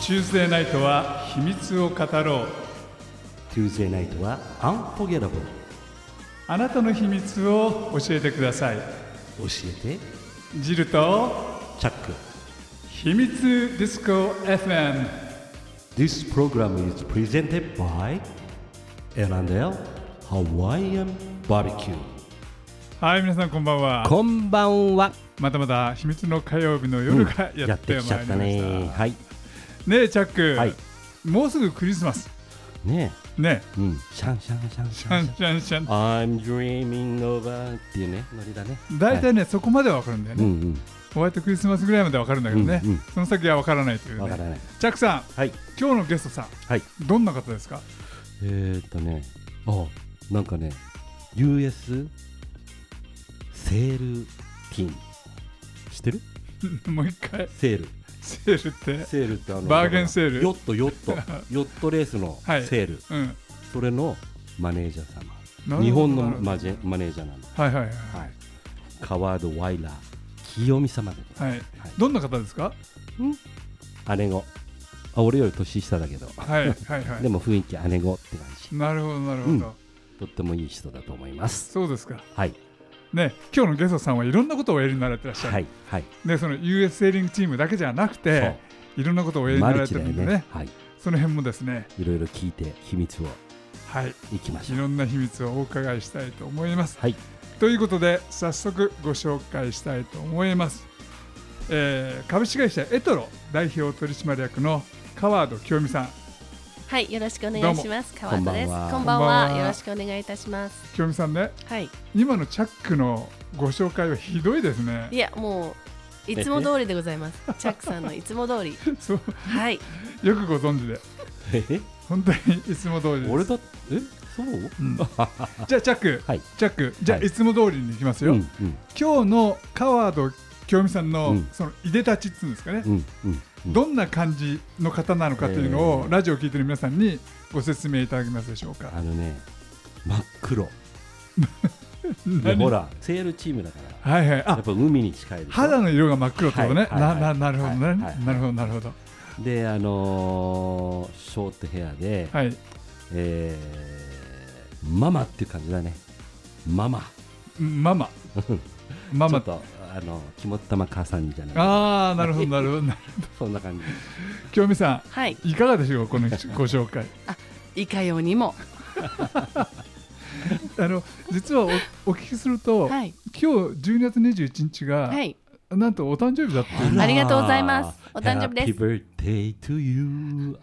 Tuesday ナイトは秘密を語ろう。 Tuesday ナイトは Unforgettable。 あなたの秘密を教えてください。 教えてジルとチャック。 秘密ディスコ FM。 This program is presented by L&L Hawaiian Barbecue。 はい、皆さんこんばんは。 こんばんは。 またまた秘密の火曜日の夜がやってまいりました。 やってきちゃったね。はい。 ねえチャック、 はい、 もうすぐクリスマスねえ、ねえ、うん、シャンシャンシャンシシャンシャンシャン I'm dreaming over っていうねノリだね。 大体ね、 はい、 そこまでは分かるんだよね、 うんうん、 ホワイトクリスマスぐらいまで分かるんだけどね、 うんうん、 その先は分からないというね。 分からない。 チャックさん、 はい、 今日のゲストさん、 はい、 どんな方ですか？ なんかね US セールティーン知ってる？ もう一回。 セールってバーゲンセール、 ヨットレースのセール、 はい、うん、 それのマネージャー様、日本のマネージャーなんです。 はいはいはい、はい、 川戸ワイラー清美様で、 はいはい、どんな方ですか？ 姉子、俺より年下だけど、 はいはいはい、 でも雰囲気姉子って感じ。 なるほどなるほど、 とってもいい人だと思います。 そうですか。 はいね、今日のゲストさんはいろんなことをおやりになられてらっしゃる、 はいはい、 でその US セーリングチームだけじゃなくていろんなことをおやりになられてるんで ね、はい、その辺もですねいろいろ聞いて秘密をいきましょう。 いろんな秘密をお伺いしたいと思います、 はい、 ということで早速ご紹介したいと思います、株式会社エトロ代表取締役の川戸清美さん。 はい、よろしくお願いします。川戸です。こんばんは。よろしくお願いいたします。 清美さんね、 はい、 今のチャックのご紹介はひどいですね。 いや、もういつも通りでございます。チャックさんのいつも通りそう、 はい、 よくご存知で本当にいつも通りです。 俺だそう、 じゃあチャック、はい、チャック、じゃあいつも通りにいきますよ、今日の川戸清美さんの、そのいでたちっていうんですかね、どんな感じの方なのかというのを、ラジオを聞いている皆さんにご説明いただけますでしょうか。 真っ黒ほらセールチームだから、はいはい、やっぱ海に近いでしょ。 肌の色が真っ黒ってことね。なるほどね、なるほどなるほど。 でショートヘアで、はい、ママっていう感じだね。ママちょっと肝っ玉母さんじゃない。 ああ、なるほどなるほどそんな感じ。 清美さん、 はい、 いかがでしょうこのご紹介。 いかようにも実は お聞きすると、はい、今日12月21日が、はい、なんとお誕生日だって。 ありがとうございます。お誕生日です。 Happy birthday to you。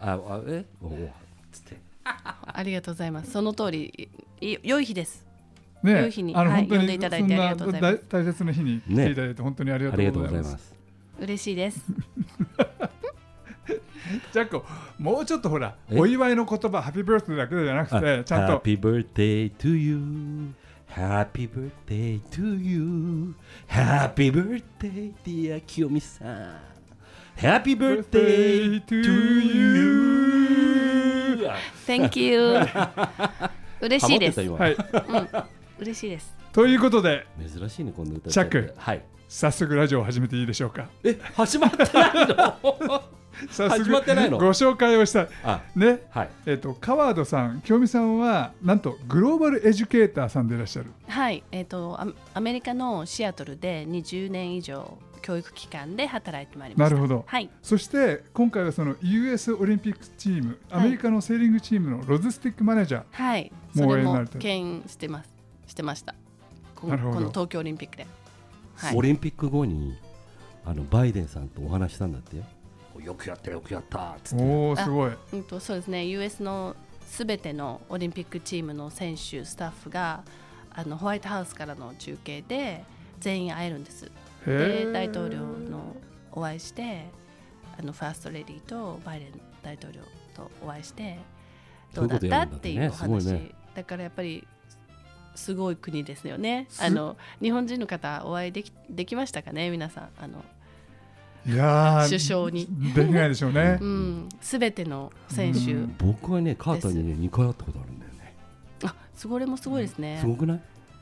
ありがとうございます。その通り良い日ですね。 良い日に、はい、呼んでいただいてありがとうございます。 大切な日に来ていただいて本当にありがとうございます。 嬉しいですジャック、もうちょっとほらお祝いの言葉、ハッピーバースデーだけじゃなくて、ちゃんと Happy birthday to you Happy birthday to you Happy birthday dear 清美さん Happy birthday to you Thank you 嬉しいです。 はい、 嬉しいです。 ということで珍しいね、この歌。 チャック、 はい、 早速ラジオを始めていいでしょうか。 始まってないの始まってないの。 ご紹介をしたいね、 はい、 川戸さん、清美さんはなんとグローバルエデュケーターさんでいらっしゃる。 はい、アメリカのシアトルで20年以上教育機関で働いてまいりました。 なるほど、はい、そして今回はその US オリンピックチーム、アメリカのセーリングチームのロジスティックマネージャー、 はい、それも牽引してました。この東京オリンピックで、 はい、オリンピック後にバイデンさんとお話したんだってよ。よくやったよくやったっつって。 おー、すごい。 そうですね、 US のすべてのオリンピックチームの選手スタッフがホワイトハウスからの中継で全員会えるんです。で大統領のお会いして、ファーストレディとバイデン大統領とお会いしてどうだったっていうお話。だからやっぱりすごい国ですよね。日本人の方お会いできましたかね、皆さん。 いや首相にできないでしょうね。 すべての選手、 僕はねカーターにね2回会ったことあるんだよね。 それもすごいですね。 すごくない？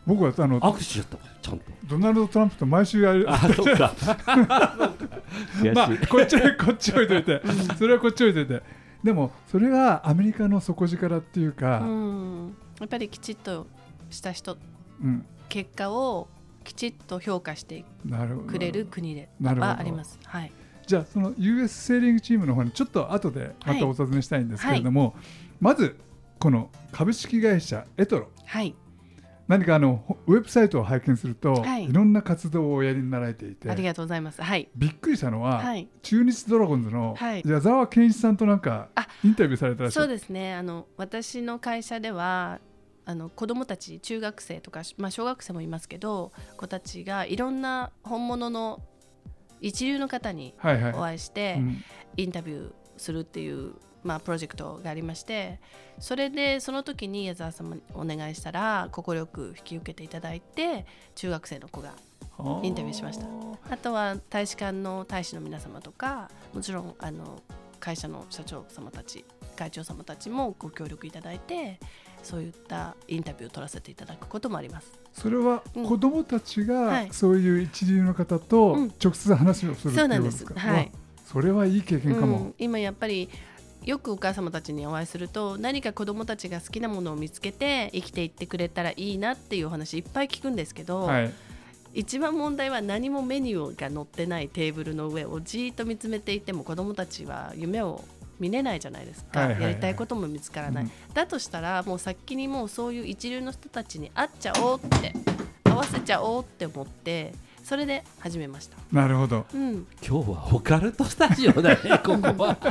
僕は握手しちゃったちゃんとドナルド・トランプと毎週やる。 そうかまあこっち置いといてそれはこっち置いといて、でもそれがアメリカの底力っていうか、 やっぱりきちっとした人、結果をきちっと評価してくれる国ではあります。はい、じゃあその US セーリングチームの方にちょっと後でまたお尋ねしたいんですけれども、まずこの株式会社エトロ、何かウェブサイトを拝見すると、いろんな活動をおやりになられていて、 ありがとうございます。 びっくりしたのは、中日ドラゴンズの矢沢健一さんとなんかインタビューされたらしい。 そうですね、私の会社では子どもたち、中学生とか、小学生もいますけど、子たちがいろんな本物の一流の方にお会いして、インタビューするっていうプロジェクトがありまして、それでその時に矢沢さんにお願いしたら快く引き受けていただいて、中学生の子がインタビューしました。あとは大使館の大使の皆様とか、もちろん会社の社長様たち、会長様たちもご協力いただいて、そういったインタビューを取らせていただくこともあります。 それは子どもたちがそういう一流の方と直接話をするっていうことですか？ そうなんです。 それはいい経験かも。 今やっぱりよくお母様たちにお会いすると、何か子どもたちが好きなものを見つけて生きていってくれたらいいなっていうお話いっぱい聞くんですけど、一番問題は何もメニューが載ってないテーブルの上をじーっと見つめていても、子どもたちは夢を見れないじゃないですか。やりたいことも見つからない、だとしたらもう先にもうそういう一流の人たちに会っちゃおうって、合わせちゃおうって思って、それで始めました。 なるほど、 今日はオカルトスタジオだねここは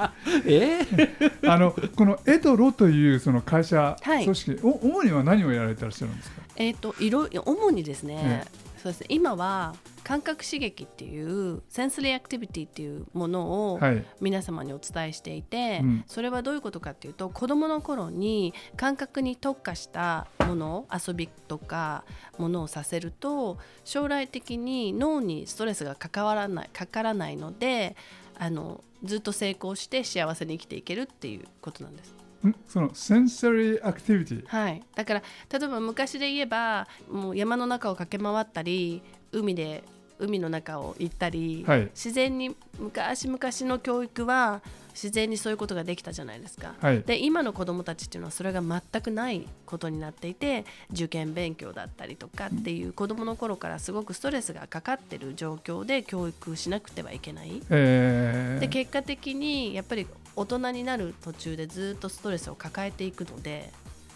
このエトロというその会社組織、主には何をやられてらっしゃるんですか？ 主にですね、そうですね、今は感覚刺激っていうセンスリーアクティビティっていうものを皆様にお伝えしていて、それはどういうことかっていうと、子どもの頃に感覚に特化したもの、遊びとかものをさせると、将来的に脳にストレスがかからないので、ずっと成功して幸せに生きていけるっていうことなんです。 そのセンサリーアクティビティ、 だから例えば昔で言えば、もう山の中を駆け回ったり、海の中を行ったり、自然に昔々の教育は自然にそういうことができたじゃないですか。で今の子どもたちっていうのはそれが全くないことになっていて、受験勉強だったりとかっていう子どもの頃からすごくストレスがかかってる状況で教育しなくてはいけない、で結果的にやっぱり大人になる途中でずっとストレスを抱えていくので、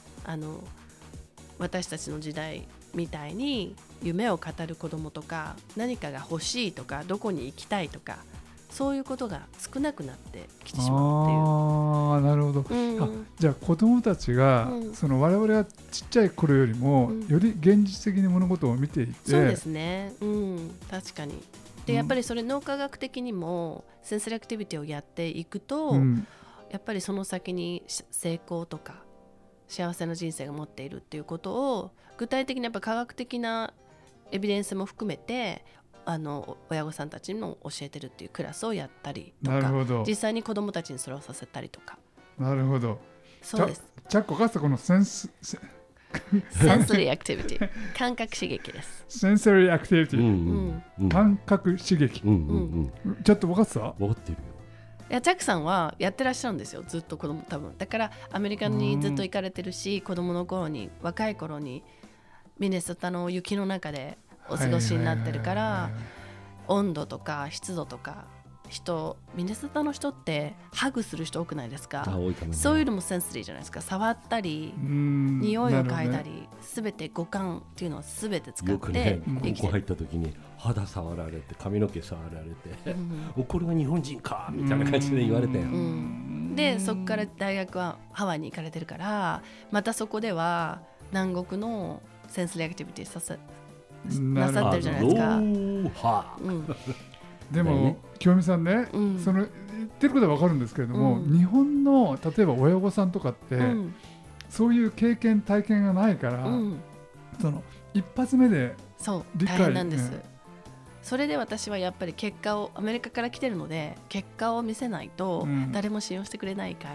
私たちの時代みたいに夢を語る子どもとか、何かが欲しいとか、どこに行きたいとか、そういうことが少なくなってきてしまうっていう。 なるほど、じゃあ子どもたちが、その我々がちっちゃい頃よりも、より現実的に物事を見ていて、 そうですね、確かに。でやっぱりそれ脳科学的にもセンスリーアクティビティをやっていくと、やっぱりその先に成功とか幸せな人生が持っているっていうことを具体的にやっぱ科学的なエビデンスも含めて親御さんたちにも教えてるっていうクラスをやったりとか、実際に子どもたちにそれをさせたりとか。 なるほど。 そうです。 チャックかつてこのセンスリーアクティビティ感覚刺激です。 センサリーアクティビティ、感覚刺激、ちょっと分かってた？ 分かってるよ。 いやチャックさんはやってらっしゃるんですよ、ずっと子供多分。だからアメリカにずっと行かれてるし、子供の頃に、若い頃にミネソタの雪の中でお過ごしになってるから、温度とか湿度とか、ミネソタの人ってハグする人多くないですか？そういうのもセンスリーじゃないですか。触ったり匂いを嗅いだり、すべて五感っていうのはすべて使って僕ね、ここ入った時に肌触られて、髪の毛触られて、これが日本人かみたいな感じで言われたよ。 でそこから大学はハワイに行かれてるから、またそこでは南国のセンスリーアクティビティなさってるじゃないですか。 でも清美さんね、その言ってることは分かるんですけれども、日本の例えば親御さんとかって、そういう経験体験がないから、その一発目で理解なんです。 それで私はやっぱり結果をアメリカから来てるので結果を見せないと誰も信用してくれないから、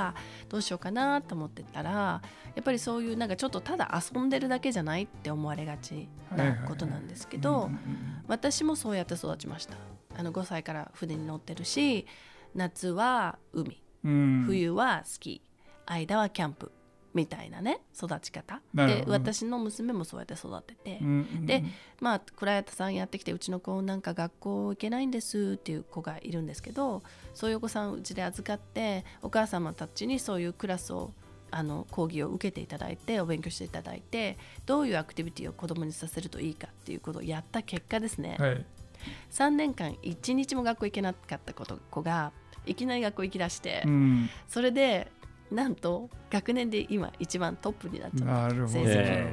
どうしようかなと思ってたら、やっぱりそういうなんかちょっとただ遊んでるだけじゃないって思われがちなことなんですけど、私もそうやって育ちました。5歳から船に乗ってるし、夏は海、冬はスキー、間はキャンプみたいなね育ち方で、私の娘もそうやって育てて、で倉谷さんやってきて、うちの子なんか学校行けないんですっていう子がいるんですけど、そういうお子さんうちで預かって、お母様たちにそういうクラスを講義を受けていただいて、お勉強していただいて、どういうアクティビティを子供にさせるといいかっていうことをやった結果ですね、3年間1日も学校行けなかった子がいきなり学校行きだして、それでなんと学年で今一番トップになっちゃった。なるほど。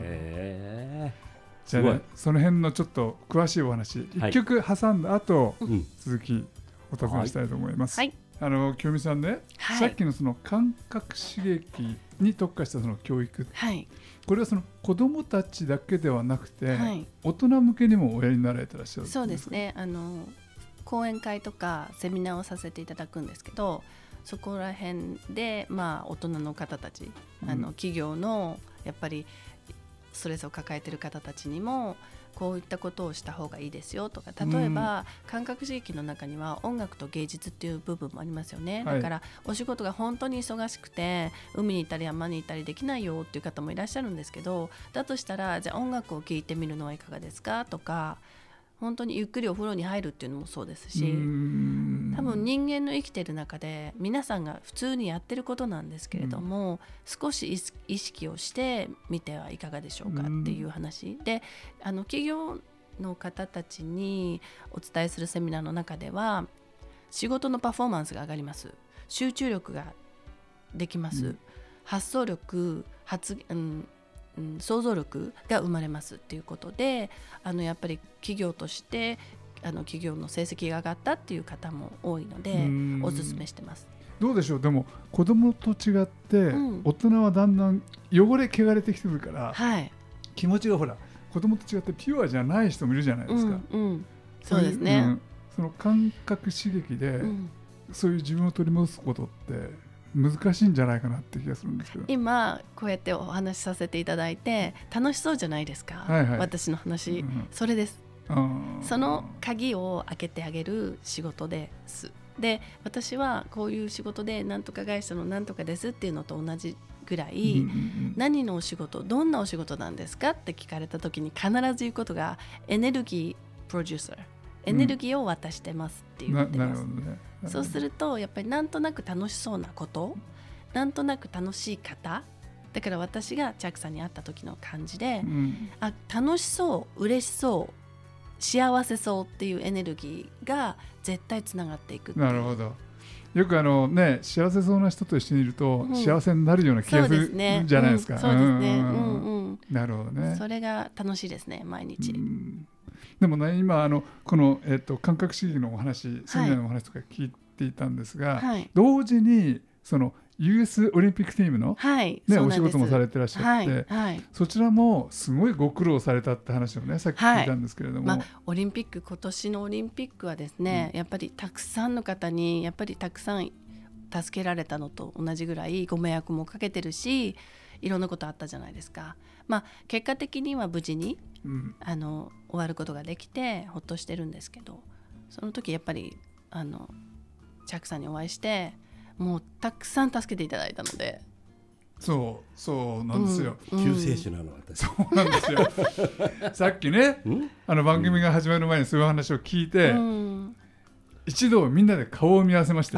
じゃあね、その辺のちょっと詳しいお話、一曲挟んだ後、続きお尋ねしたいと思います。清美さんね、さっきのその感覚刺激に特化したその教育、これはその子どもたちだけではなくて、大人向けにもおやりになられてらっしゃる。 そうですね、講演会とかセミナーをさせていただくんですけど、そこら辺で、大人の方たち、企業のやっぱりストレスを抱えている方たちにもこういったことをした方がいいですよとか、例えば、感覚刺激の中には音楽と芸術っていう部分もありますよね。だからお仕事が本当に忙しくて海に行ったり山に行ったりできないよっていう方もいらっしゃるんですけど、だとしたらじゃあ音楽を聴いてみるのはいかがですかとか、本当にゆっくりお風呂に入るっていうのもそうですし、多分人間の生きている中で皆さんが普通にやってることなんですけれども、少し意識をしてみてはいかがでしょうかっていう話で、企業の方たちにお伝えするセミナーの中では、仕事のパフォーマンスが上がります、集中力ができます、発想力、想像力が生まれますっていうことで、やっぱり企業として企業の成績が上がったっていう方も多いのでおすすめしてます。 どうでしょう。でも子供と違って大人はだんだん汚れ汚れてきてくるから、気持ちがほら子供と違ってピュアじゃない人もいるじゃないですか。 そうですね、 その感覚刺激で、そういう自分を取り戻すことって難しいんじゃないかなって気がするんですけど、 今こうやってお話しさせていただいて楽しそうじゃないですか、私の話、それです。その鍵を開けてあげる仕事です。で、私はこういう仕事でなんとか会社のなんとかですっていうのと同じぐらい、何のお仕事、どんなお仕事なんですかって聞かれた時に必ず言うことが、エネルギープロデューサー、エネルギーを渡してますって言ってます。そうするとやっぱりなんとなく楽しそうなこと、なんとなく楽しい方だから、私がチャックさんに会った時の感じで、楽しそう、嬉しそう、幸せそうっていうエネルギーが絶対つながっていくっていう。 なるほど。よく幸せそうな人と一緒にいると、幸せになるような気がするんじゃないですか。 そうですね。 なるほどね。 それが楽しいですね、毎日。 でもね、今この、感覚刺激のお話、セミナーのお話とか聞いていたんですが、同時にその US オリンピックチームの、お仕事もされてらっしゃって、そちらもすごいご苦労されたって話をね、さっき聞いたんですけれども、 オリンピック、今年のオリンピックはですね、やっぱりたくさんの方にやっぱりたくさん助けられたのと同じぐらいご迷惑もかけてるし、いろんなことあったじゃないですか。結果的には無事に、終わることができてほっとしてるんですけど、その時やっぱりチャックさんにお会いしてもうたくさん助けていただいたので。 そうなんですよ。 救世主なの私。 そうなんですよ。さっきね、番組が始まる前にそういう話を聞いて、一度みんなで顔を見合わせました。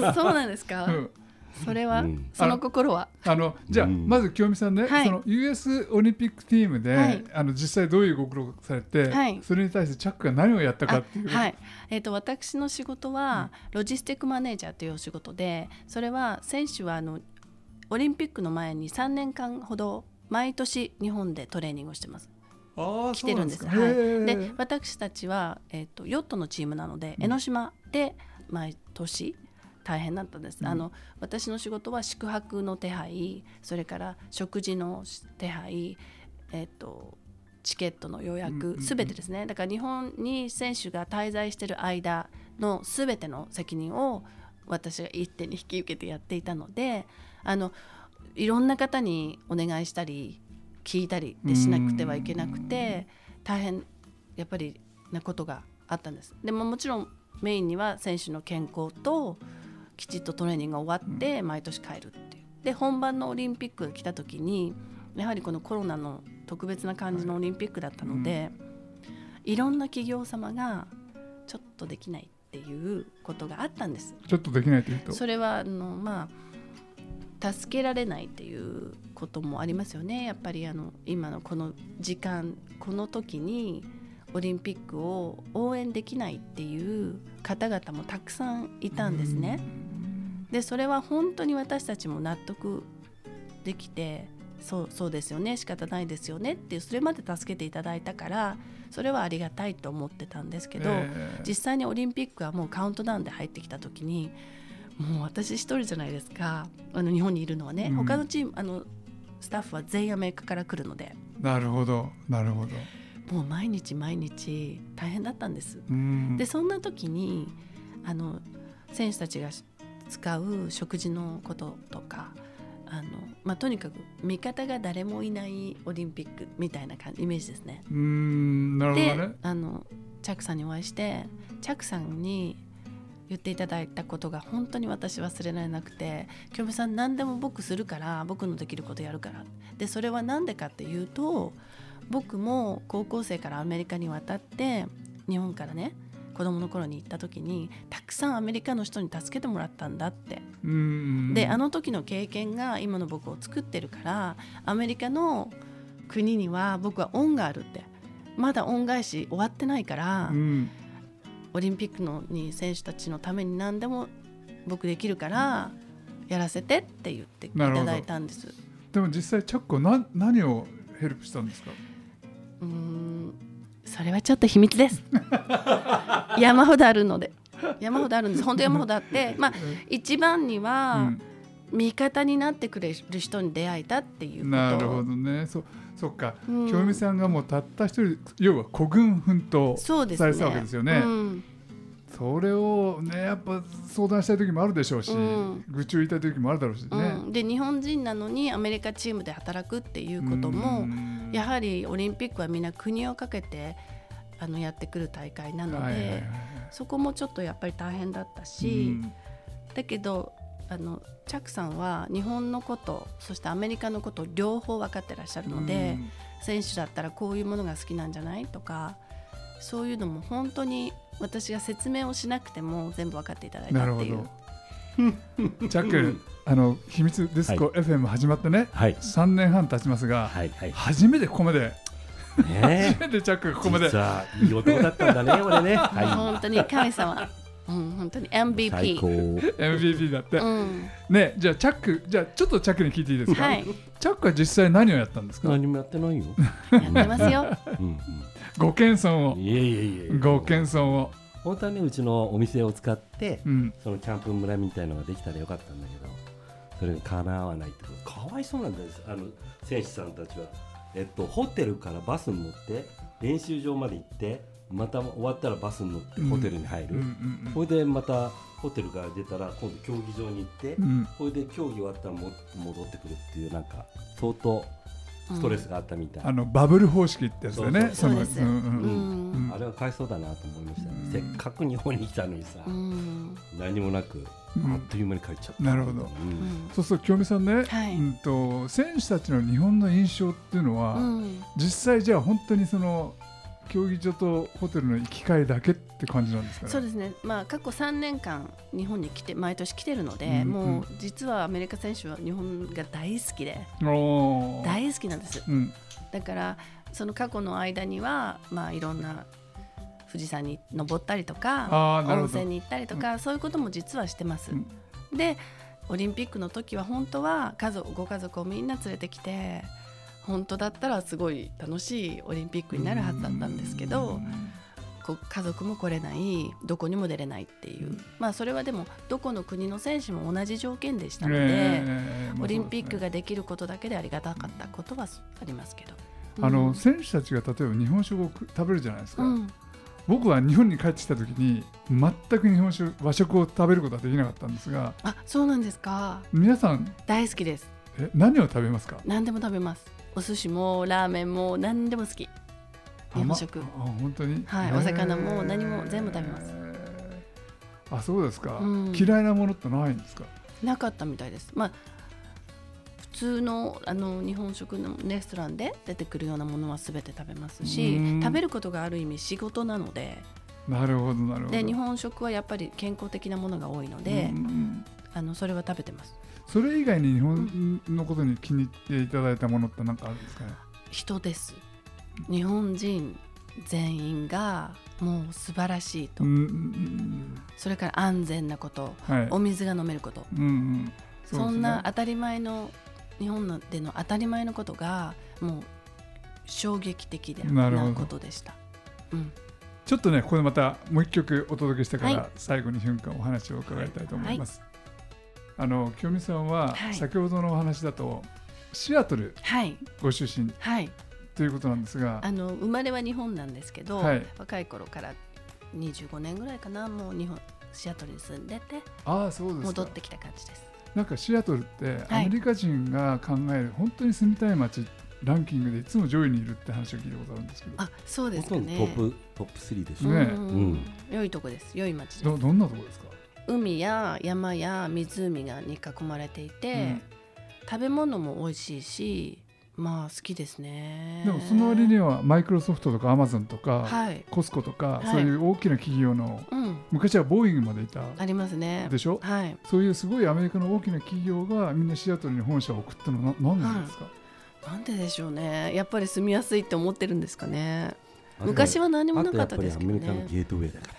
そうなんですか。それは、その心はじゃあ、まず清美さんね、その US オリンピックチームで、実際どういうご苦労されて、それに対してチャックが何をやったかっていう。 私の仕事はロジスティックマネージャーというお仕事で、それは選手はオリンピックの前に3年間ほど毎年日本でトレーニングをしてます。来てるんです。で、私たちは、ヨットのチームなので、江ノ島で毎年大変だったんです。私の仕事は宿泊の手配、それから食事の手配、 チケットの予約すべてですね。だから日本に選手が滞在している間のすべての責任を私が一手に引き受けてやっていたので、いろんな方にお願いしたり聞いたりでしなくてはいけなくて、大変やっぱりなことがあったんです。でももちろんメインには選手の健康ときちっとトレーニングが終わって毎年帰るっていう。で本番のオリンピックが来た時にやはりこのコロナの特別な感じのオリンピックだったので、いろんな企業様がちょっとできないっていうことがあったんです。 ちょっとできないというと、 それは助けられないっていうこともありますよね。やっぱり今のこの時間この時にオリンピックを応援できないっていう方々もたくさんいたんですね。でそれは本当に私たちも納得できて、そうですよね、仕方ないですよねっていう、それまで助けていただいたからそれはありがたいと思ってたんですけど、実際にオリンピックはもうカウントダウンで入ってきた時にもう私一人じゃないですか、日本にいるのはね、他のチームスタッフは全員アメリカから来るので。 なるほどなるほど。 もう毎日毎日大変だったんです。でそんな時に選手たちが使う食事のこととかとにかく味方が誰もいないオリンピックみたいなイメージですね。 なるほどね。 でチャックさんにお会いして、チャックさんに言っていただいたことが本当に私忘れられなくて、京美さん何でも僕するから、僕のできることやるから。でそれは何でかっていうと、僕も高校生からアメリカに渡って日本からね子供の頃に行った時にたくさんアメリカの人に助けてもらったんだって。で時の経験が今の僕を作ってるから、アメリカの国には僕は恩があるって、まだ恩返し終わってないから、オリンピックに選手たちのために何でも僕できるからやらせてって言っていただいたんです。 でも実際チャックは何をヘルプしたんですか？ それはちょっと秘密です山ほどあるので、山ほどあるんです。本当山ほどあって、一番には、味方になってくれる人に出会えたっていうこと。 なるほどね。そっか、京美さんがもうたった一人、要は孤軍奮闘されてたわけですよね。それをねやっぱ相談したい時もあるでしょうし、愚痴を言いたい時もあるだろうしね。 で日本人なのにアメリカチームで働くっていうことも、やはりオリンピックはみんな国をかけてやってくる大会なので、そこもちょっとやっぱり大変だったし、だけどチャックさんは日本のことそしてアメリカのことを両方分かってらっしゃるので、選手だったらこういうものが好きなんじゃないとか、そういうのも本当に私が説明をしなくても全部分かっていただいたっていう。 チャック、秘密ディスコ FM 始まってね、3年半経ちますが、初めてここまで初めてチャックがここまで実はいい男だったんだね俺ね。 本当に神様、本当に MVP だって、ね。じゃあチャック、ちょっとチャックに聞いていいですか？チャックは実際何をやったんですか？ 何もやってないよ。 やってますよ。 ご謙遜を。 いやご謙遜を。 本当はね、うちのお店を使って、そのキャンプ村みたいのができたらよかったんだけど、それが叶わないってことかわいそうなんです。選手さんたちは、ホテルからバスに乗って練習場まで行って、また終わったらバスに乗ってホテルに入る。それでまたホテルから出たら今度競技場に行って、それで競技終わったら戻ってくるっていう、なんか相当ストレスがあったみたい。 バブル方式ってやつだよね。 そうです。 あれはかわいそうだなと思いましたね。せっかく日本に来たのにさ、何もなくあっという間に帰っちゃった。 なるほど。そうすると京美さんね、選手たちの日本の印象っていうのは、実際じゃあ本当にその競技場とホテルの行き帰りだけって感じなんですかね。 そうですね。過去3年間日本に毎年来てるので、もう実はアメリカ選手は日本が大好きで、大好きなんです。だからその過去の間にはいろんな富士山に登ったりとか温泉に行ったりとか、そういうことも実はしてます。でオリンピックの時は本当はご家族をみんな連れてきて、本当だったらすごい楽しいオリンピックになるはずだったんですけど、家族も来れない、どこにも出れないっていう、それはでもどこの国の選手も同じ条件でしたので、オリンピックができることだけでありがたかったことはありますけど。 選手たちが例えば日本食を食べるじゃないですか、僕は日本に帰ってきた時に全く日本食和食を食べることはできなかったんですが。 そうなんですか。 皆さん大好きです。 何を食べますか？ 何でも食べます。お寿司もラーメンも何でも好き。日本食。 本当に、 はい、お魚も何も全部食べます。 そうですか、嫌いなものってないんですか？ なかったみたいです。普通の日本食のレストランで出てくるようなものは全て食べますし、食べることがある意味仕事なので。 なるほどなるほど。 で日本食はやっぱり健康的なものが多いので、それは食べてます。 それ以外に日本のことに気に入っていただいたものって何かあるんですかね？ 人です。日本人全員がもう素晴らしいと、それから安全なこと、お水が飲めること、そんな当たり前の日本での当たり前のことがもう衝撃的なことでした。 ちょっとねここでまたもう一曲お届けしてから、最後2分間お話を伺いたいと思います。清美さんは先ほどのお話だとシアトルご出身、ということなんですが、 生まれは日本なんですけど、若い頃から25年ぐらいかな、もう日本シアトルに住んでて戻ってきた感じです。 なんかシアトルってアメリカ人が考える本当に住みたい街ランキングでいつも上位にいるって話を聞いたことあるんですけど。 そうですかね。 トップ3ですね。 良いとこです。良い街です。 どんなとこですか？ 海や山や湖に囲まれていて、食べ物も美味しいし、好きですね。 でもその割にはマイクロソフトとかアマゾンとか、コスコとか、そういう大きな企業の、昔はボーイングまでいたありますね。 でしょ、そういうすごいアメリカの大きな企業がみんなシアトルに本社を置くってのは何なんですか？ なんででしょうね。やっぱり住みやすいって思ってるんですかね。昔は何もなかったですけどね。 アメリカのゲートウェイだから。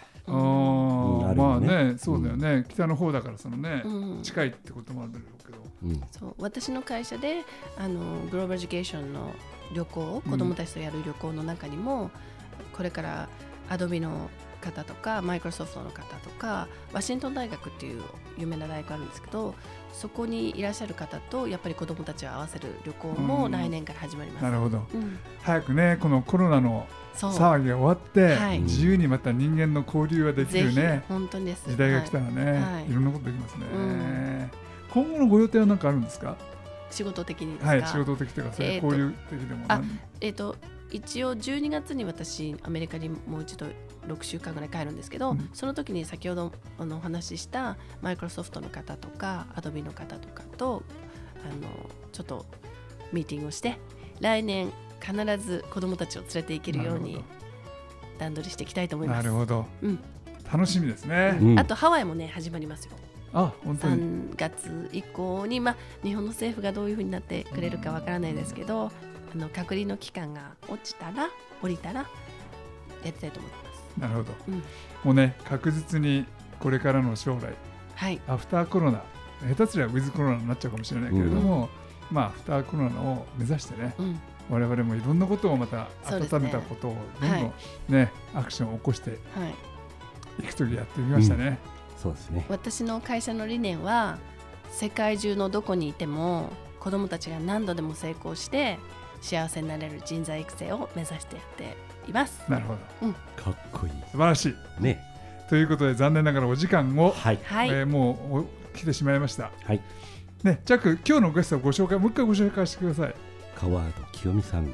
そうだよね、北の方だから近いってこともあるんだろうけど、 そう私の会社でグローバルエデュケーションの旅行、子どもたちとやる旅行の中にも、これからアドビの方とかマイクロソフトの方とかワシントン大学っていう有名な大学あるんですけど、そこにいらっしゃる方とやっぱり子どもたちを合わせる旅行も来年から始まります。 なるほど、早くねこのコロナの騒ぎが終わって、自由にまた人間の交流ができるね、 本当にです時代が来たらね、いろんなことできますね。今後のご予定は何かあるんですか？ 仕事的にですか？ 仕事的とか交流的でも。 一応12月に私アメリカにもう一度6週間ぐらい帰るんですけど、その時に先ほどお話ししたマイクロソフトの方とかアドビの方とかとちょっとミーティングをして、来年必ず子どもたちを連れて行けるように段取りしていきたいと思います。 なるほど、楽しみですね。 あとハワイもね始まりますよ。 本当に 3月以降に、日本の政府がどういうふうになってくれるかわからないですけど、隔離の期間が降りたらやりたいと思ってます。 なるほど、もうね確実にこれからの将来、アフターコロナ、下手すりゃウィズコロナになっちゃうかもしれないけれども、アフターコロナを目指してね、我々もいろんなことをまた温めたことをどんどんね、アクションを起こしていくときやってみましたね。 そうですね。 私の会社の理念は世界中のどこにいても子どもたちが何度でも成功して幸せになれる人材育成を目指してやっています。 なるほど、 かっこいい、 素晴らしいね。ということで残念ながらお時間を、もう来てしまいました。ジャック、今日のゲストをもう一回ご紹介してください。 川戸清美さん、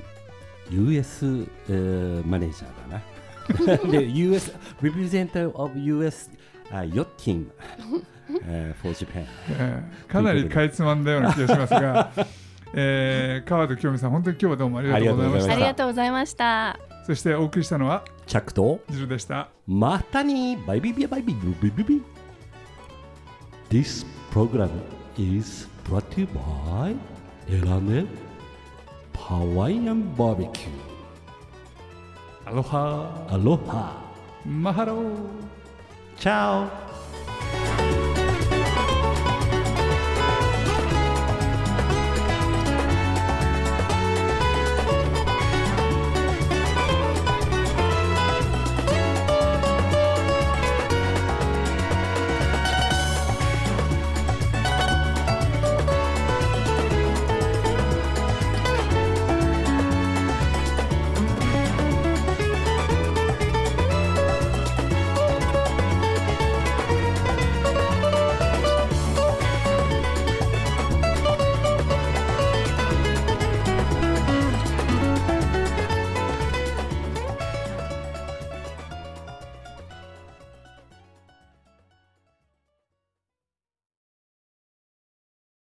US、マネージャーだなで US Representative of US Yacht Team for Japan かなりかいつまんだような気がしますが川戸清美さん、本当に今日はどうもありがとうございました。 ありがとうございました。 そしてお送りしたのはチャックとジルでした。 またね、バイビビバイビビビビ。 This program is brought to you by エラネハワイアンバーベキュー。 アロハアロハマハローチャオ。